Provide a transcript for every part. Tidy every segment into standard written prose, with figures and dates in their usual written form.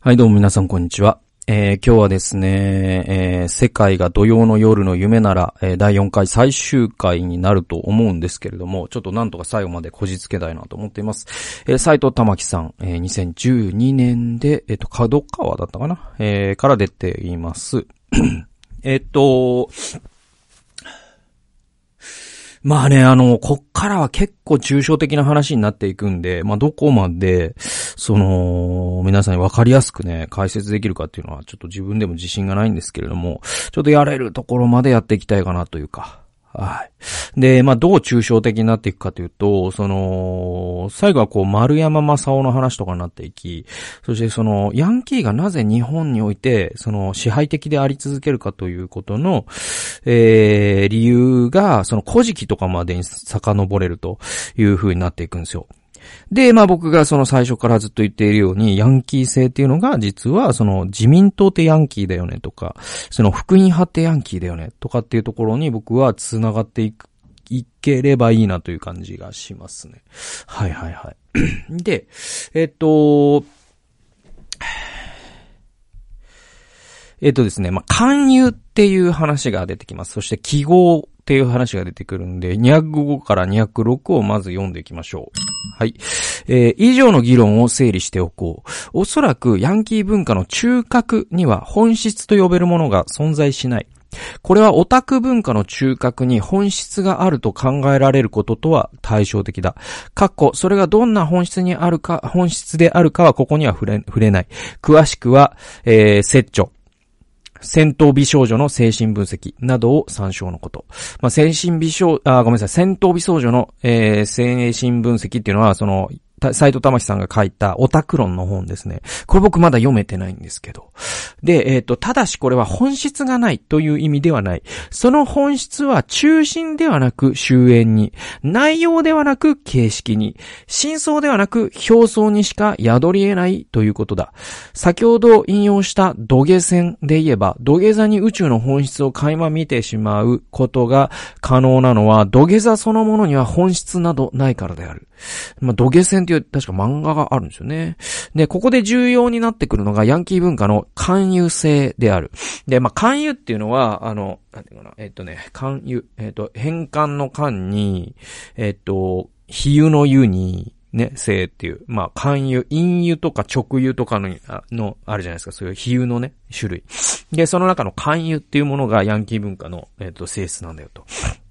はい、どうも皆さんこんにちは。今日はですね、世界が土曜の夜の夢なら、第4回最終回になると思うんですけれども、ちょっとなんとか最後までこじつけたいなと思っています。斉藤玉樹さん、2012年で、角川だったかな、から出ています。まあね、こっからは結構抽象的な話になっていくんで、まあどこまで、皆さんに分かりやすくね、解説できるかっていうのはちょっと自分でも自信がないんですけれども、ちょっとやれるところまでやっていきたいかなというか、はい。で、まあどう抽象的になっていくかというと、最後はこう丸山正雄の話とかになっていき、そしてヤンキーがなぜ日本において、支配的であり続けるかということの、理由が、古事記とかまでに遡れるという風になっていくんですよ。で、まあ僕が最初からずっと言っているように、ヤンキー性っていうのが実は自民党ってヤンキーだよねとか、福音派ってヤンキーだよねとかっていうところに僕は繋がっていければいいなという感じがしますね。はいはいはい。で、ですね、まあ、勧誘っていう話が出てきます。そして記号っていう話が出てくるんで、205から206をまず読んでいきましょう。はい。以上の議論を整理しておこう。おそらくヤンキー文化の中核には本質と呼べるものが存在しない。これはオタク文化の中核に本質があると考えられることとは対照的だ。それがどんな本質であるかはここには触れない。詳しくは、説著。戦闘美少女の精神分析などを参照のこと。まあ、戦闘美少女の、精神分析っていうのは、斉藤玉樹さんが書いたオタク論の本ですね。これ僕まだ読めてないんですけど。で、ただしこれは本質がないという意味ではない。その本質は中心ではなく終焉に、内容ではなく形式に、真相ではなく表層にしか宿り得ないということだ。先ほど引用した土下線で言えば、土下座に宇宙の本質を垣間見てしまうことが可能なのは、土下座そのものには本質などないからである。まあ、土下線っていう確か漫画があるんですよね。で、ここで重要になってくるのがヤンキー文化の勧誘性である。で、まあ、勧誘っていうのは、なんていうかな、勧誘、変換の間に、比喩の喩に、ね、性っていう、まあ、勧誘、隠喩とか直喩とかの、あるじゃないですか、そういう比喩のね、種類。で、その中の勧誘っていうものがヤンキー文化の、性質なんだよと。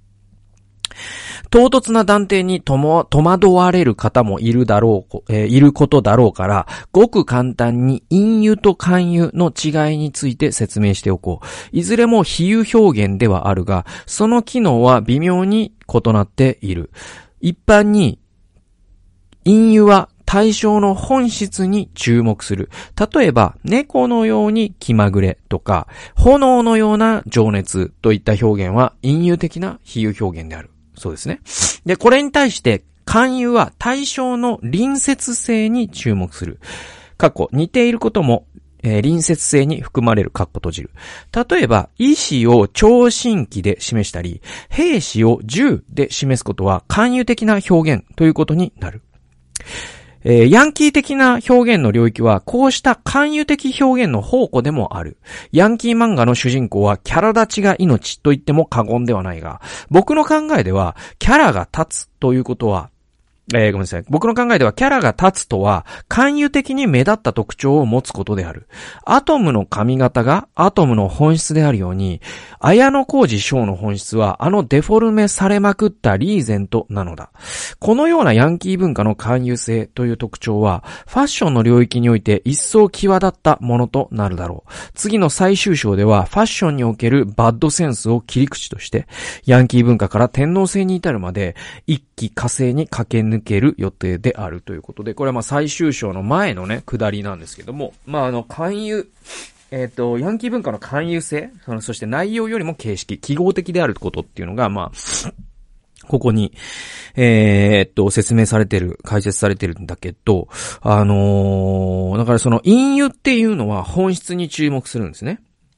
唐突な断定に戸惑われる方もいることだろうから、ごく簡単に隠喩と勧誘の違いについて説明しておこう。いずれも比喩表現ではあるが、その機能は微妙に異なっている。一般に、隠喩は対象の本質に注目する。例えば、猫のように気まぐれとか、炎のような情熱といった表現は隠喩的な比喩表現である。そうですね。で、これに対して、勧誘は対象の隣接性に注目する。似ていることも、隣接性に含まれる閉じる。例えば、医師を聴診器で示したり、兵士を銃で示すことは勧誘的な表現ということになる。ヤンキー的な表現の領域はこうした勧誘的表現の宝庫でもある。ヤンキー漫画の主人公はキャラ立ちが命と言っても過言ではないが、僕の考えではキャラが立つということは、僕の考えではキャラが立つとは勧誘的に目立った特徴を持つことである。アトムの髪型がアトムの本質であるように、綾小路翔の本質はデフォルメされまくったリーゼントなのだ。このようなヤンキー文化の勧誘性という特徴はファッションの領域において一層際立ったものとなるだろう。次の最終章ではファッションにおけるバッドセンスを切り口としてヤンキー文化から天皇制に至るまで一気呵成に駆け抜ける予定であるということで、これはまあ最終章の前のね、下りなんですけども、まあ勧誘、ヤンキー文化の勧誘性、そして内容よりも形式、記号的であることっていうのが、まあ、ここに、説明されてる、解説されてるんだけど、だから隠喩っていうのは本質に注目するんですね。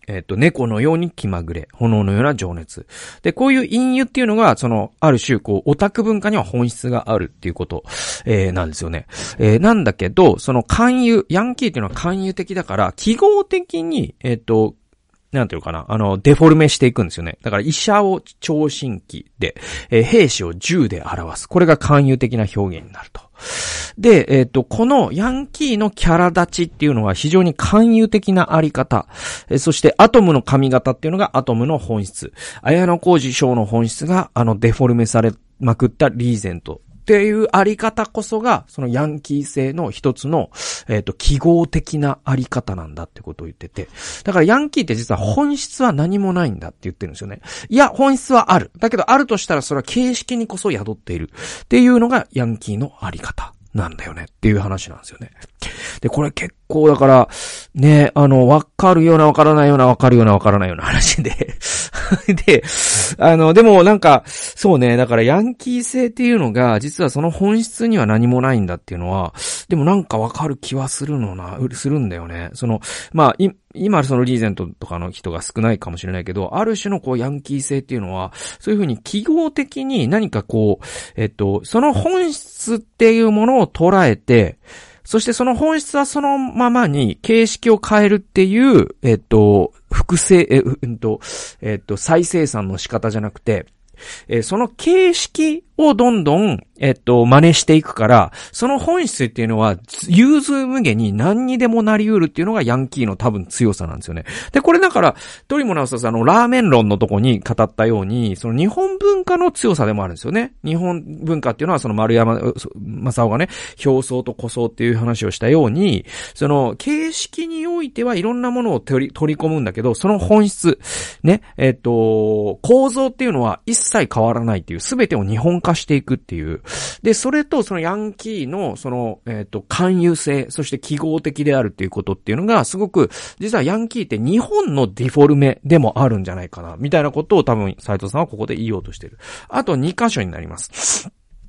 猫のように気まぐれ、炎のような情熱。で、こういう隠喩っていうのが、ある種、オタク文化には本質があるっていうこと、なんですよね。なんだけど、勧誘、ヤンキーっていうのは勧誘的だから、記号的に、なんていうかな、デフォルメしていくんですよね。だから、医者を聴診器で、兵士を銃で表す。これが勧誘的な表現になると。で、このヤンキーのキャラ立ちっていうのは非常に勧誘的なあり方。そしてアトムの髪型っていうのがアトムの本質。綾小路翔の本質がデフォルメされまくったリーゼント。っていうあり方こそが、そのヤンキー性の一つの、記号的なあり方なんだってことを言ってて。だからヤンキーって実は本質は何もないんだって言ってるんですよね。いや、本質はある。だけどあるとしたらそれは形式にこそ宿っている。っていうのがヤンキーのあり方なんだよねっていう話なんですよね。で、これ結構だから、ね、わかるようなわからないようなわかるようなわからないような話で。で、でもなんか、そうね、だからヤンキー性っていうのが、実はその本質には何もないんだっていうのは、でもなんかわかる気はするんだよね。まあ、今そのリーゼントとかの人が少ないかもしれないけど、ある種のヤンキー性っていうのは、そういうふうに記号的に何かその本質っていうものを捉えて、そしてその本質はそのままに形式を変えるっていう、複製、再生産の仕方じゃなくて、その形式をどんどん、真似していくから、その本質っていうのは、融通無下に何にでもなり得るっていうのがヤンキーの多分強さなんですよね。で、これだから、とりもなおさラーメン論のとこに語ったように、その日本文化の強さでもあるんですよね。日本文化っていうのは、その丸山正夫がね、表層と個層っていう話をしたように、その形式においてはいろんなものを取り込むんだけど、その本質、ね、構造っていうのは一切変わらないっていう、すべてを日本化していくっていう。で、それとそのヤンキーの勧誘性、そして記号的であるっていうことっていうのが、すごく、実はヤンキーって日本のデフォルメでもあるんじゃないかな、みたいなことを多分斉藤さんはここで言おうとしている。あと2箇所になります。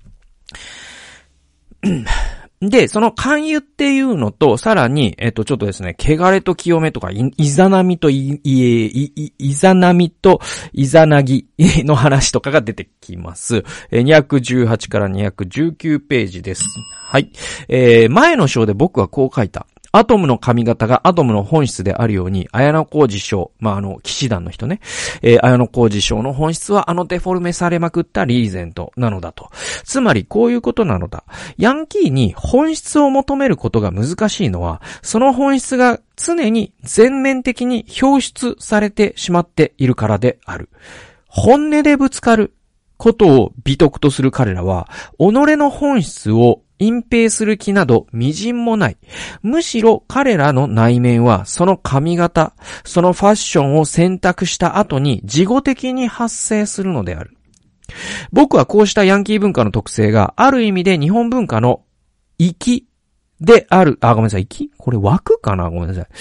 で、その勧誘っていうのと、さらに、ちょっとですね、汚れと清めとか、いざなみといざなぎの話とかが出てきます。218から219ページです。はい。前の章で僕はこう書いた。アトムの髪型がアトムの本質であるように、綾小路翔、騎士団の人ね、綾小路翔の本質はデフォルメされまくったリーゼントなのだと。つまりこういうことなのだ。ヤンキーに本質を求めることが難しいのは、その本質が常に全面的に表出されてしまっているからである。本音でぶつかることを美徳とする彼らは、己の本質を隠蔽する気など微塵もない。むしろ彼らの内面はその髪型、そのファッションを選択した後に事後的に発生するのである。僕はこうしたヤンキー文化の特性がある意味で日本文化の粋である。ごめんなさい。粋？これ枠かな？ごめんなさい。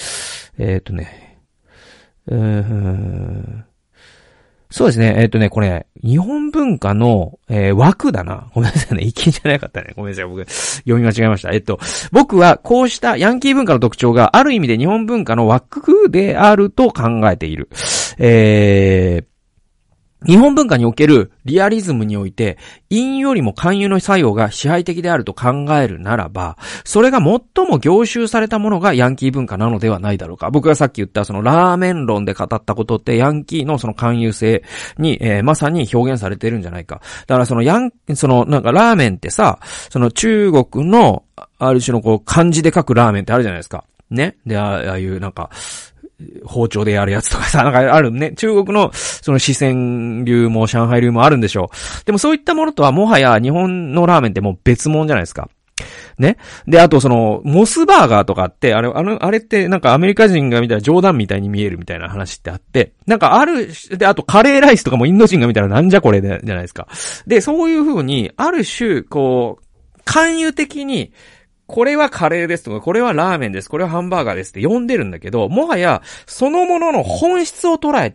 そうですね。これ、日本文化の、枠だな。ごめんなさいね。粋じゃなかったね。ごめんなさい。僕、読み間違えました。僕はこうしたヤンキー文化の特徴がある意味で日本文化の枠であると考えている。日本文化におけるリアリズムにおいて、隠よりも勧誘の作用が支配的であると考えるならば、それが最も凝集されたものがヤンキー文化なのではないだろうか。僕がさっき言ったそのラーメン論で語ったことってヤンキーのその勧誘性に、まさに表現されているんじゃないか。だからなんかラーメンってさ、その中国のある種の漢字で書くラーメンってあるじゃないですか。ね。で、ああいうなんか、包丁でやるやつとかさ、なんかあるね。中国のその四川流も上海流もあるんでしょう。でもそういったものとはもはや日本のラーメンってもう別物じゃないですか。ね。で、あとモスバーガーとかって、あれってなんかアメリカ人が見たら冗談みたいに見えるみたいな話ってあって、なんかで、あとカレーライスとかもインド人が見たらなんじゃこれじゃないですか。で、そういう風に、ある種、勧誘的に、これはカレーですとか、これはラーメンです、これはハンバーガーですって呼んでるんだけど、もはや、そのものの本質を捉えて、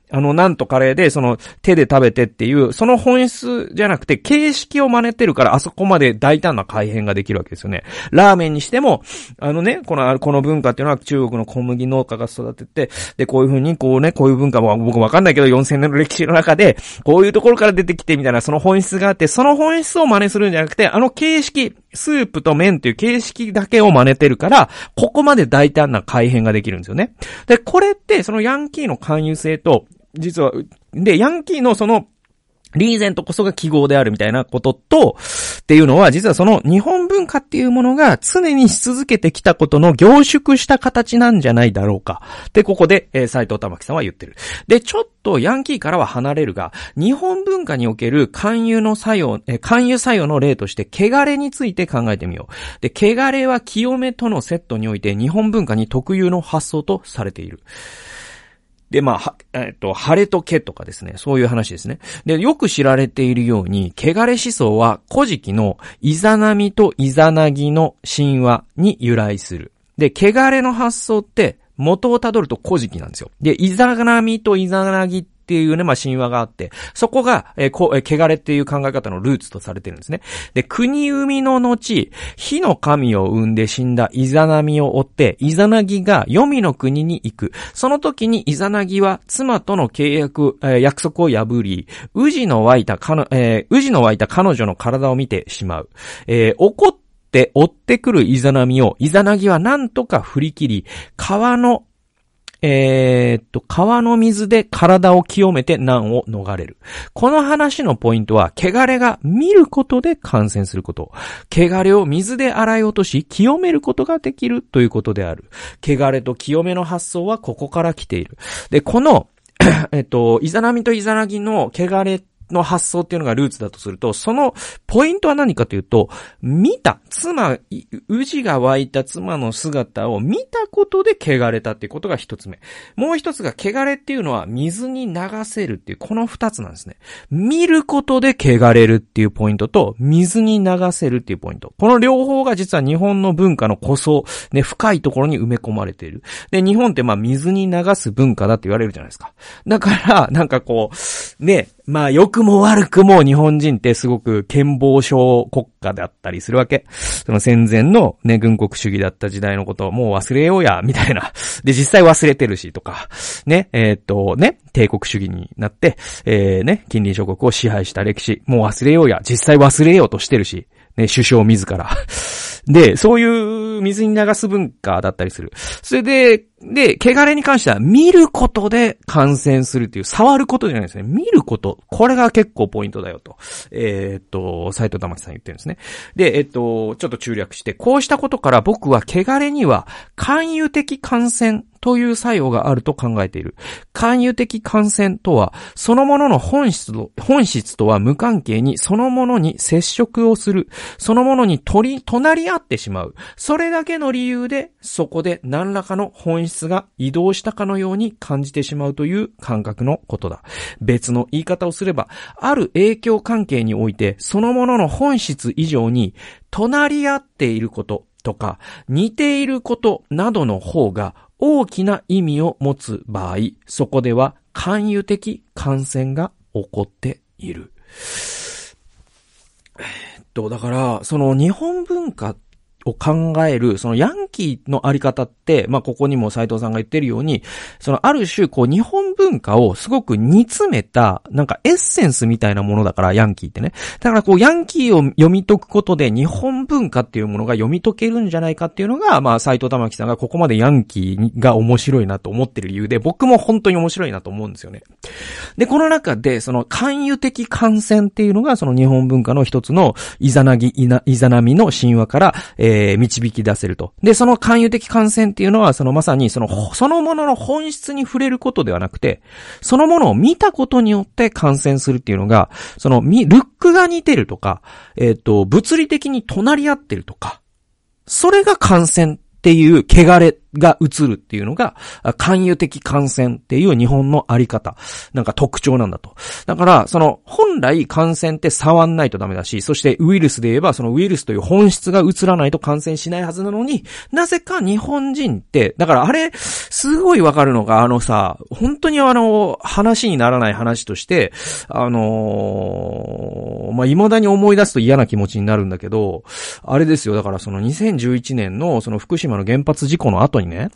なんとカレーで、手で食べてっていう、その本質じゃなくて、形式を真似てるから、あそこまで大胆な改変ができるわけですよね。ラーメンにしても、この文化っていうのは中国の小麦農家が育てて、で、こういう風に、こういう文化も僕わかんないけど、4000年の歴史の中で、こういうところから出てきてみたいな、その本質があって、その本質を真似するんじゃなくて、形式、スープと麺という形式だけを真似てるから、ここまで大胆な改変ができるんですよね。で、これって、そのヤンキーの勧誘性と、実は、で、ヤンキーのリーゼントこそが記号であるみたいなことと、っていうのは、実はその日本文化っていうものが常にし続けてきたことの凝縮した形なんじゃないだろうか。で、ここで、斉藤玉木さんは言ってる。で、ちょっとヤンキーからは離れるが、日本文化における勧誘作用の例として、汚れについて考えてみよう。で、汚れは清めとのセットにおいて日本文化に特有の発想とされている。で、晴れと毛とかですね。そういう話ですね。で、よく知られているように、汚れ思想は古事記のイザナミとイザナギの神話に由来する。で、汚れの発想って元をたどると古事記なんですよ。で、イザナミとイザナギっていうね、神話があって、そこが、汚れっていう考え方のルーツとされてるんですね。で、国生みの後、火の神を生んで死んだイザナミを追って、イザナギが黄泉の国に行く。その時にイザナギは妻との約束を破り、宇治の湧いた彼女の体を見てしまう。怒って追ってくるイザナミを、イザナギはなんとか振り切り、川の水で体を清めて難を逃れる。この話のポイントは、汚れが見ることで感染すること。汚れを水で洗い落とし、清めることができるということである。汚れと清めの発想はここから来ている。で、この、イザナミとイザナギの汚れの発想っていうのがルーツだとすると、そのポイントは何かというと、宇治が湧いた妻の姿を見たことで汚れたっていうことが一つ目。もう一つが汚れっていうのは水に流せるっていう、この二つなんですね。見ることで汚れるっていうポイントと、水に流せるっていうポイント。この両方が実は日本の文化の古層、ね、深いところに埋め込まれている。で、日本って水に流す文化だって言われるじゃないですか。だから、ね、良くも悪くも日本人ってすごく健忘症国家だったりするわけ。その戦前のね、軍国主義だった時代のことをもう忘れようや、みたいな。で、実際忘れてるしとか、ね、帝国主義になって、近隣諸国を支配した歴史、もう忘れようや、実際忘れようとしてるし、ね、首相自ら。で、そういう水に流す文化だったりする。それで、汚れに関しては見ることで感染するっていう、触ることじゃないですね。見ること。これが結構ポイントだよと。斉藤玉木さん言ってるんですね。で、ちょっと中略して、こうしたことから僕は汚れには勧誘的感染という作用があると考えている。勧誘的感染とは、そのものの本質とは無関係に、そのものに接触をする。そのものに隣り合ってしまう。それだけの理由で、そこで何らかの本質が移動したかのように感じてしまうという感覚のことだ。別の言い方をすれば、ある影響関係において、そのものの本質以上に、隣り合っていることとか、似ていることなどの方が、大きな意味を持つ場合、そこでは勧誘的感染が起こっている。だから、その日本文化を考える、そのヤンキーのあり方って、ここにも斉藤さんが言ってるように、そのある種、日本文化をすごく煮詰めた、エッセンスみたいなものだから、ヤンキーってね。だからヤンキーを読み解くことで、日本文化っていうものが読み解けるんじゃないかっていうのが、斉藤玉木さんがここまでヤンキーが面白いなと思ってる理由で、僕も本当に面白いなと思うんですよね。で、この中で、その勧誘的感染っていうのが、その日本文化の一つのイザナミの神話から、導き出せると。で、その勧誘的感染っていうのは、まさにそのものの本質に触れることではなくて、そのものを見たことによって感染するっていうのが、ルックが似てるとか、物理的に隣り合ってるとか、それが感染っていう汚れが移るっていうのが、関与的感染っていう日本のあり方、なんか特徴なんだと。だから、本来感染って触んないとダメだし、そしてウイルスで言えば、そのウイルスという本質が移らないと感染しないはずなのに、なぜか日本人って、だからあれ、すごいわかるのが、本当に話にならない話として、未だに思い出すと嫌な気持ちになるんだけど、あれですよ、だから2011年の福島の原発事故の後にね、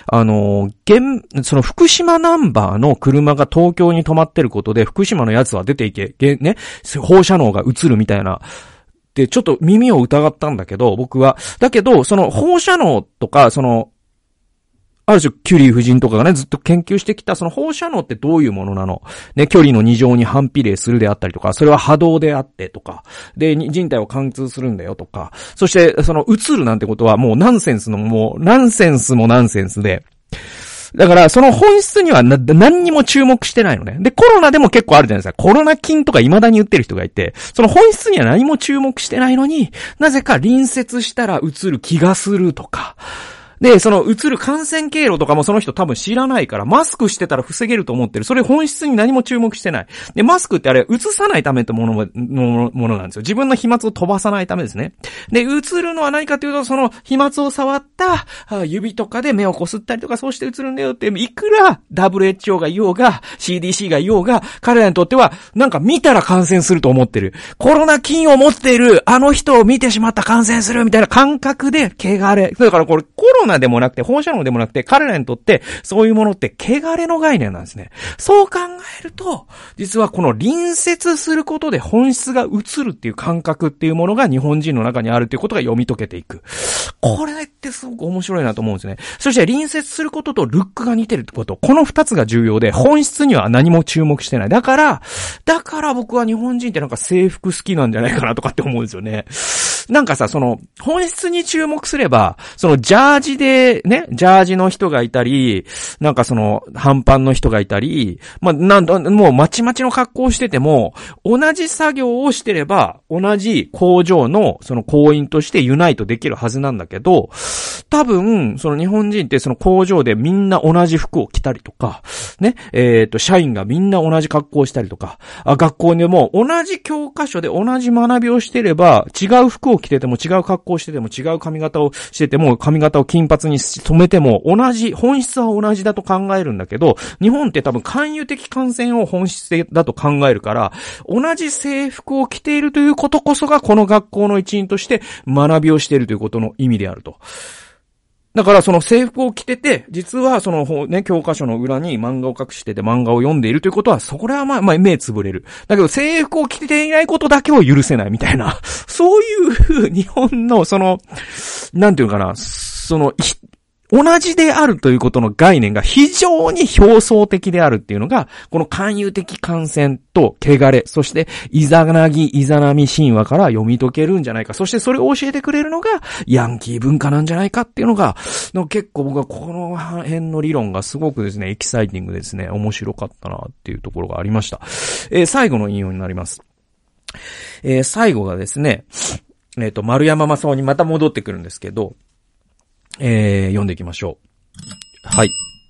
福島ナンバーの車が東京に止まってることで、福島のやつは出ていけ、ね、放射能が移るみたいな、で、ちょっと耳を疑ったんだけど、僕は。だけど、放射能とか、ある種、キュリー夫人とかがね、ずっと研究してきた、放射能ってどういうものなの？ね、距離の2乗に反比例するであったりとか、それは波動であってとか、で、人体を貫通するんだよとか、そして、映るなんてことはもうナンセンスもナンセンスで、だから、その本質には何にも注目してないのね。で、コロナでも結構あるじゃないですか。コロナ菌とか未だに言ってる人がいて、その本質には何も注目してないのに、なぜか隣接したら映る気がするとか、で、移る感染経路とかもその人多分知らないから、マスクしてたら防げると思ってる。それ本質に何も注目してない。で、マスクってあれ、移さないためのものなんですよ。自分の飛沫を飛ばさないためですね。で、移るのは何かというと、飛沫を触った指とかで目をこすったりとか、そうして移るんだよって、いくら WHO が言おうが、CDC が言おうが、彼らにとっては、なんか見たら感染すると思ってる。コロナ菌を持っている、あの人を見てしまった感染するみたいな感覚で、汚れ。だからこれ、コロナでもなくて、放射能でもなくて、彼らにとって、そういうものって、汚れの概念なんですね。そう考えると、実はこの隣接することで本質が移るっていう感覚っていうものが日本人の中にあるっていうことが読み解けていく。これってすごく面白いなと思うんですね。そして隣接することとルックが似てるってこと、この二つが重要で、本質には何も注目してない。だから僕は日本人ってなんか制服好きなんじゃないかなとかって思うんですよね。なんかさ、本質に注目すれば、ジャージで、ね、ジャージの人がいたり、なんか半パンの人がいたり、もうまちまちの格好をしてても、同じ作業をしてれば、同じ工場の、工員としてユナイトできるはずなんだけど、多分、日本人って工場でみんな同じ服を着たりとか、ね、社員がみんな同じ格好をしたりとか、学校でも同じ教科書で同じ学びをしてれば、違う服を着てても違う格好をしてても違う髪型をしてても、髪型を金髪に染めても本質は同じだと考えるんだけど、日本って多分関与的感染を本質だと考えるから、同じ制服を着ているということこそがこの学校の一員として学びをしているということの意味であると。だから制服を着てて、実は教科書の裏に漫画を隠してて漫画を読んでいるということは、そこらは目つぶれる。だけど制服を着ていないことだけを許せないみたいな、そういう日本のなんていうかな、同じであるということの概念が非常に表層的であるっていうのが、この関与的感染と汚れ、そしてイザナミ神話から読み解けるんじゃないか。そしてそれを教えてくれるのがヤンキー文化なんじゃないかっていうのが、結構僕はこの辺の理論がすごくですね、エキサイティングですね、面白かったなっていうところがありました。最後の引用になります。最後がですね、丸山正夫にまた戻ってくるんですけど、読んでいきましょう。はい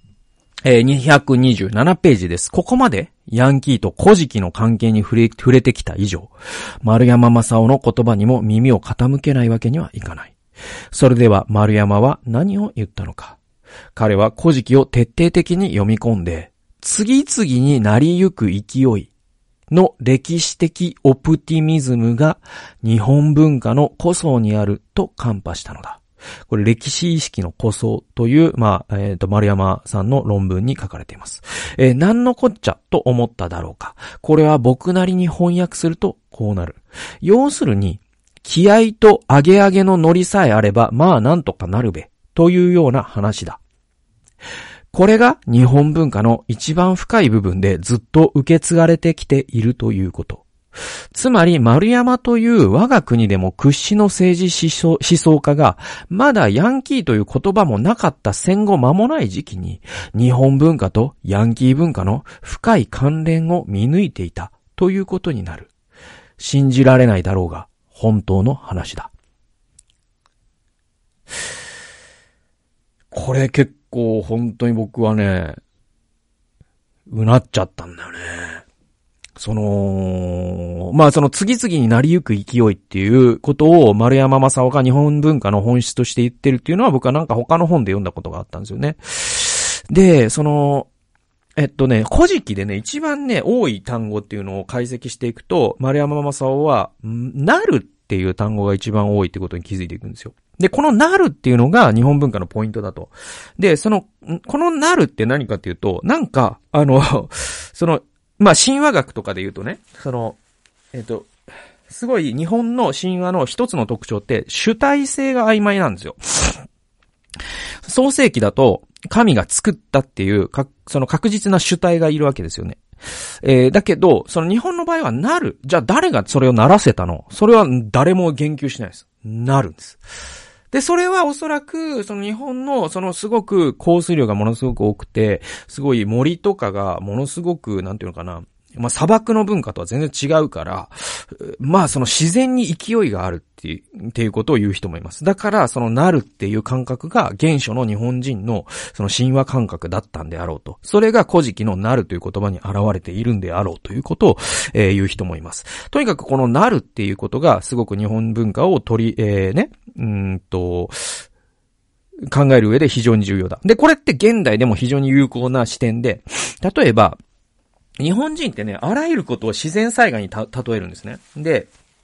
。227ページです。ここまでヤンキーと古事記の関係に触れてきた以上、丸山正夫の言葉にも耳を傾けないわけにはいかない。それでは丸山は何を言ったのか。彼は古事記を徹底的に読み込んで、次々になりゆく勢いの歴史的オプティミズムが日本文化の古相にあると看破したのだ。これ歴史意識の古相という、丸山さんの論文に書かれています。何のこっちゃと思っただろうか。これは僕なりに翻訳するとこうなる。要するに、気合と上げ上げのノリさえあれば、なんとかなるべ、というような話だ。これが日本文化の一番深い部分でずっと受け継がれてきているということ。つまり丸山という我が国でも屈指の政治思想家がまだヤンキーという言葉もなかった戦後間もない時期に日本文化とヤンキー文化の深い関連を見抜いていたということになる。信じられないだろうが本当の話だ。ここれ結構本当に僕はね、うなっちゃったんだよね。その次々になりゆく勢いっていうことを丸山正夫が日本文化の本質として言ってるっていうのは僕はなんか他の本で読んだことがあったんですよね。で、古事記でね、一番ね、多い単語っていうのを解析していくと、丸山正夫は、なるっていう単語が一番多いってことに気づいていくんですよ。で、このなるっていうのが日本文化のポイントだと。で、このなるって何かっていうと、なんか、神話学とかで言うとね、すごい日本の神話の一つの特徴って、主体性が曖昧なんですよ。創世記だと、神が作ったっていう、その確実な主体がいるわけですよね。だけど、その日本の場合はなる。じゃあ誰がそれをならせたの？それは誰も言及しないです。なるんです。で、それはおそらく、その日本の、すごく降水量がものすごく多くて、すごい森とかがものすごく、なんていうのかな、砂漠の文化とは全然違うから、その自然に勢いがあるっていうことを言う人もいます。だから、そのなるっていう感覚が原初の日本人のその神話感覚だったんであろうと。それが古事記のなるという言葉に現れているんであろうということを、言う人もいます。とにかくこのなるっていうことがすごく日本文化を考える上で非常に重要だ。で、これって現代でも非常に有効な視点で、例えば、日本人ってね、あらゆることを自然災害に例えるんですね。で、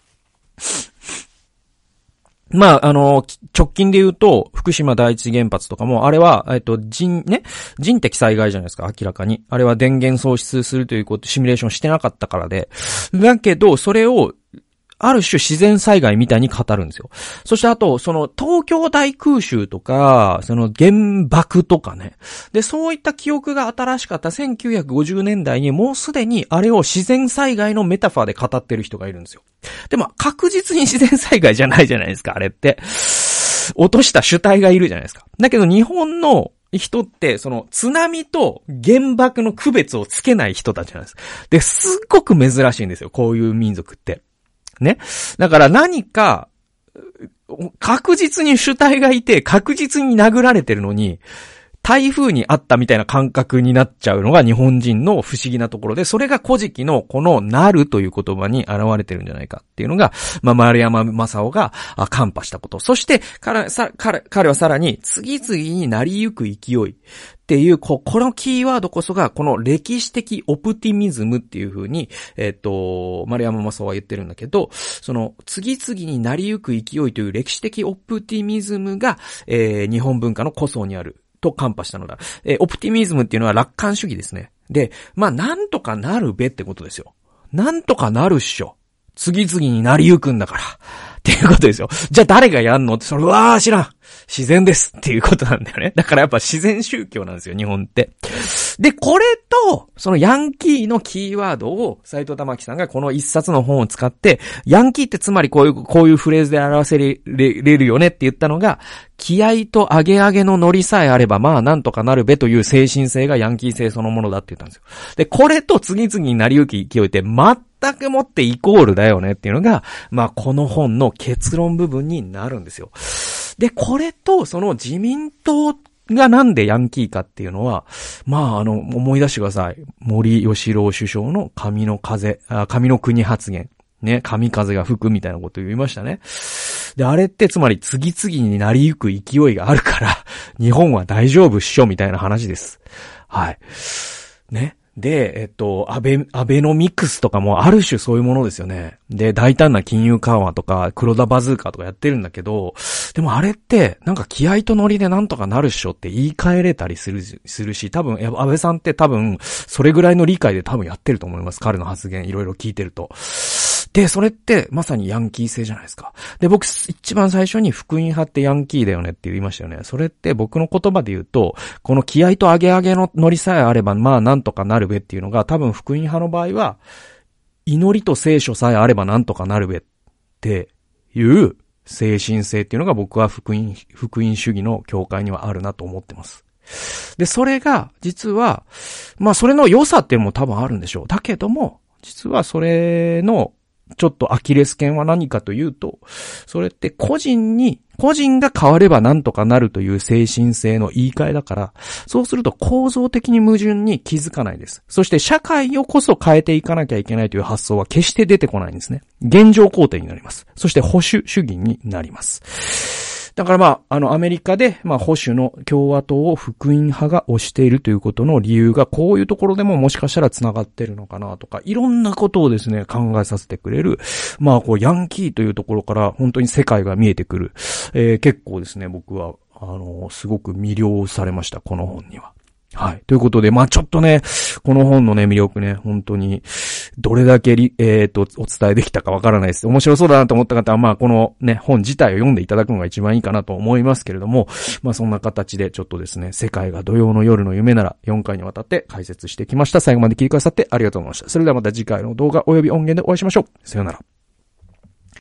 直近で言うと、福島第一原発とかも、あれは、人的災害じゃないですか、明らかに。あれは電源喪失するということ、シミュレーションしてなかったからで。だけど、それを、ある種自然災害みたいに語るんですよ。そしてあと、東京大空襲とか、原爆とかね。で、そういった記憶が新しかった1950年代にもうすでにあれを自然災害のメタファーで語ってる人がいるんですよ。でも、確実に自然災害じゃないじゃないですか、あれって。落とした主体がいるじゃないですか。だけど日本の人って、津波と原爆の区別をつけない人たちなんです。で、すっごく珍しいんですよ、こういう民族って。ね。だから何か、確実に主体がいて、確実に殴られてるのに、台風にあったみたいな感覚になっちゃうのが日本人の不思議なところで、それが古事記のこのなるという言葉に現れてるんじゃないかっていうのが、丸山正夫が看破したこと。そして、彼はさらに、次々になりゆく勢いっていう、このキーワードこそが、この歴史的オプティミズムっていう風に、丸山正夫は言ってるんだけど、次々になりゆく勢いという歴史的オプティミズムが、日本文化の古層にある。と看破したのだ。オプティミズムっていうのは楽観主義ですね。で、なんとかなるべってことですよ。なんとかなるっしょ。次々になりゆくんだから。っていうことですよ。じゃあ誰がやんのって、知らん。自然ですっていうことなんだよね。だからやっぱ自然宗教なんですよ、日本って。で、これと、そのヤンキーのキーワードを、斉藤玉樹さんがこの一冊の本を使って、ヤンキーってつまりこういうフレーズで表せれるよねって言ったのが、気合と上げ上げのノリさえあれば、なんとかなるべという精神性がヤンキー性そのものだって言ったんですよ。で、これと次々になりゆき勢いって全くもってイコールだよねっていうのが、この本の結論部分になるんですよ。で、これとその自民党がなんでヤンキーかっていうのは、思い出してください。森喜朗首相の神の国発言。ね、神風が吹くみたいなこと言いましたね。で、あれってつまり次々になりゆく勢いがあるから、日本は大丈夫っしょみたいな話です。はい。ね。で、アベノミクスとかもある種そういうものですよね。で、大胆な金融緩和とか、黒田バズーカとかやってるんだけど、でもあれって、なんか気合とノリでなんとかなるっしょって言い換えれたりするし、多分、安倍さんって多分、それぐらいの理解で多分やってると思います。彼の発言いろいろ聞いてると。で、それってまさにヤンキー性じゃないですか。で、僕一番最初に福音派ってヤンキーだよねって言いましたよね。それって僕の言葉で言うと、この気合と上げ上げのノリさえあれば、なんとかなるべっていうのが、多分福音派の場合は、祈りと聖書さえあればなんとかなるべっていう精神性っていうのが僕は福音主義の教会にはあるなと思ってます。で、それが、実は、それの良さっていうのも多分あるんでしょう。だけども、実はそれの、 ちょっとアキレス腱は何かというと、それって個人が変わればなんとかなるという精神性の言い換えだから、そうすると構造的に矛盾に気づかないです。そして社会をこそ変えていかなきゃいけないという発想は決して出てこないんですね。現状肯定になります。そして保守主義になります。だからアメリカで、保守の共和党を福音派が推しているということの理由が、こういうところでももしかしたら繋がってるのかなとか、いろんなことをですね、考えさせてくれる、ヤンキーというところから本当に世界が見えてくる。結構ですね、僕は、すごく魅了されました、この本には。はい。ということで、ちょっとね、この本のね、魅力ね、本当に、どれだけお伝えできたかわからないです。面白そうだなと思った方は、このね、本自体を読んでいただくのが一番いいかなと思いますけれども、そんな形でちょっとですね、世界が土曜の夜の夢なら4回にわたって解説してきました。最後まで聞いてくださってありがとうございました。それではまた次回の動画及び音源でお会いしましょう。さよなら。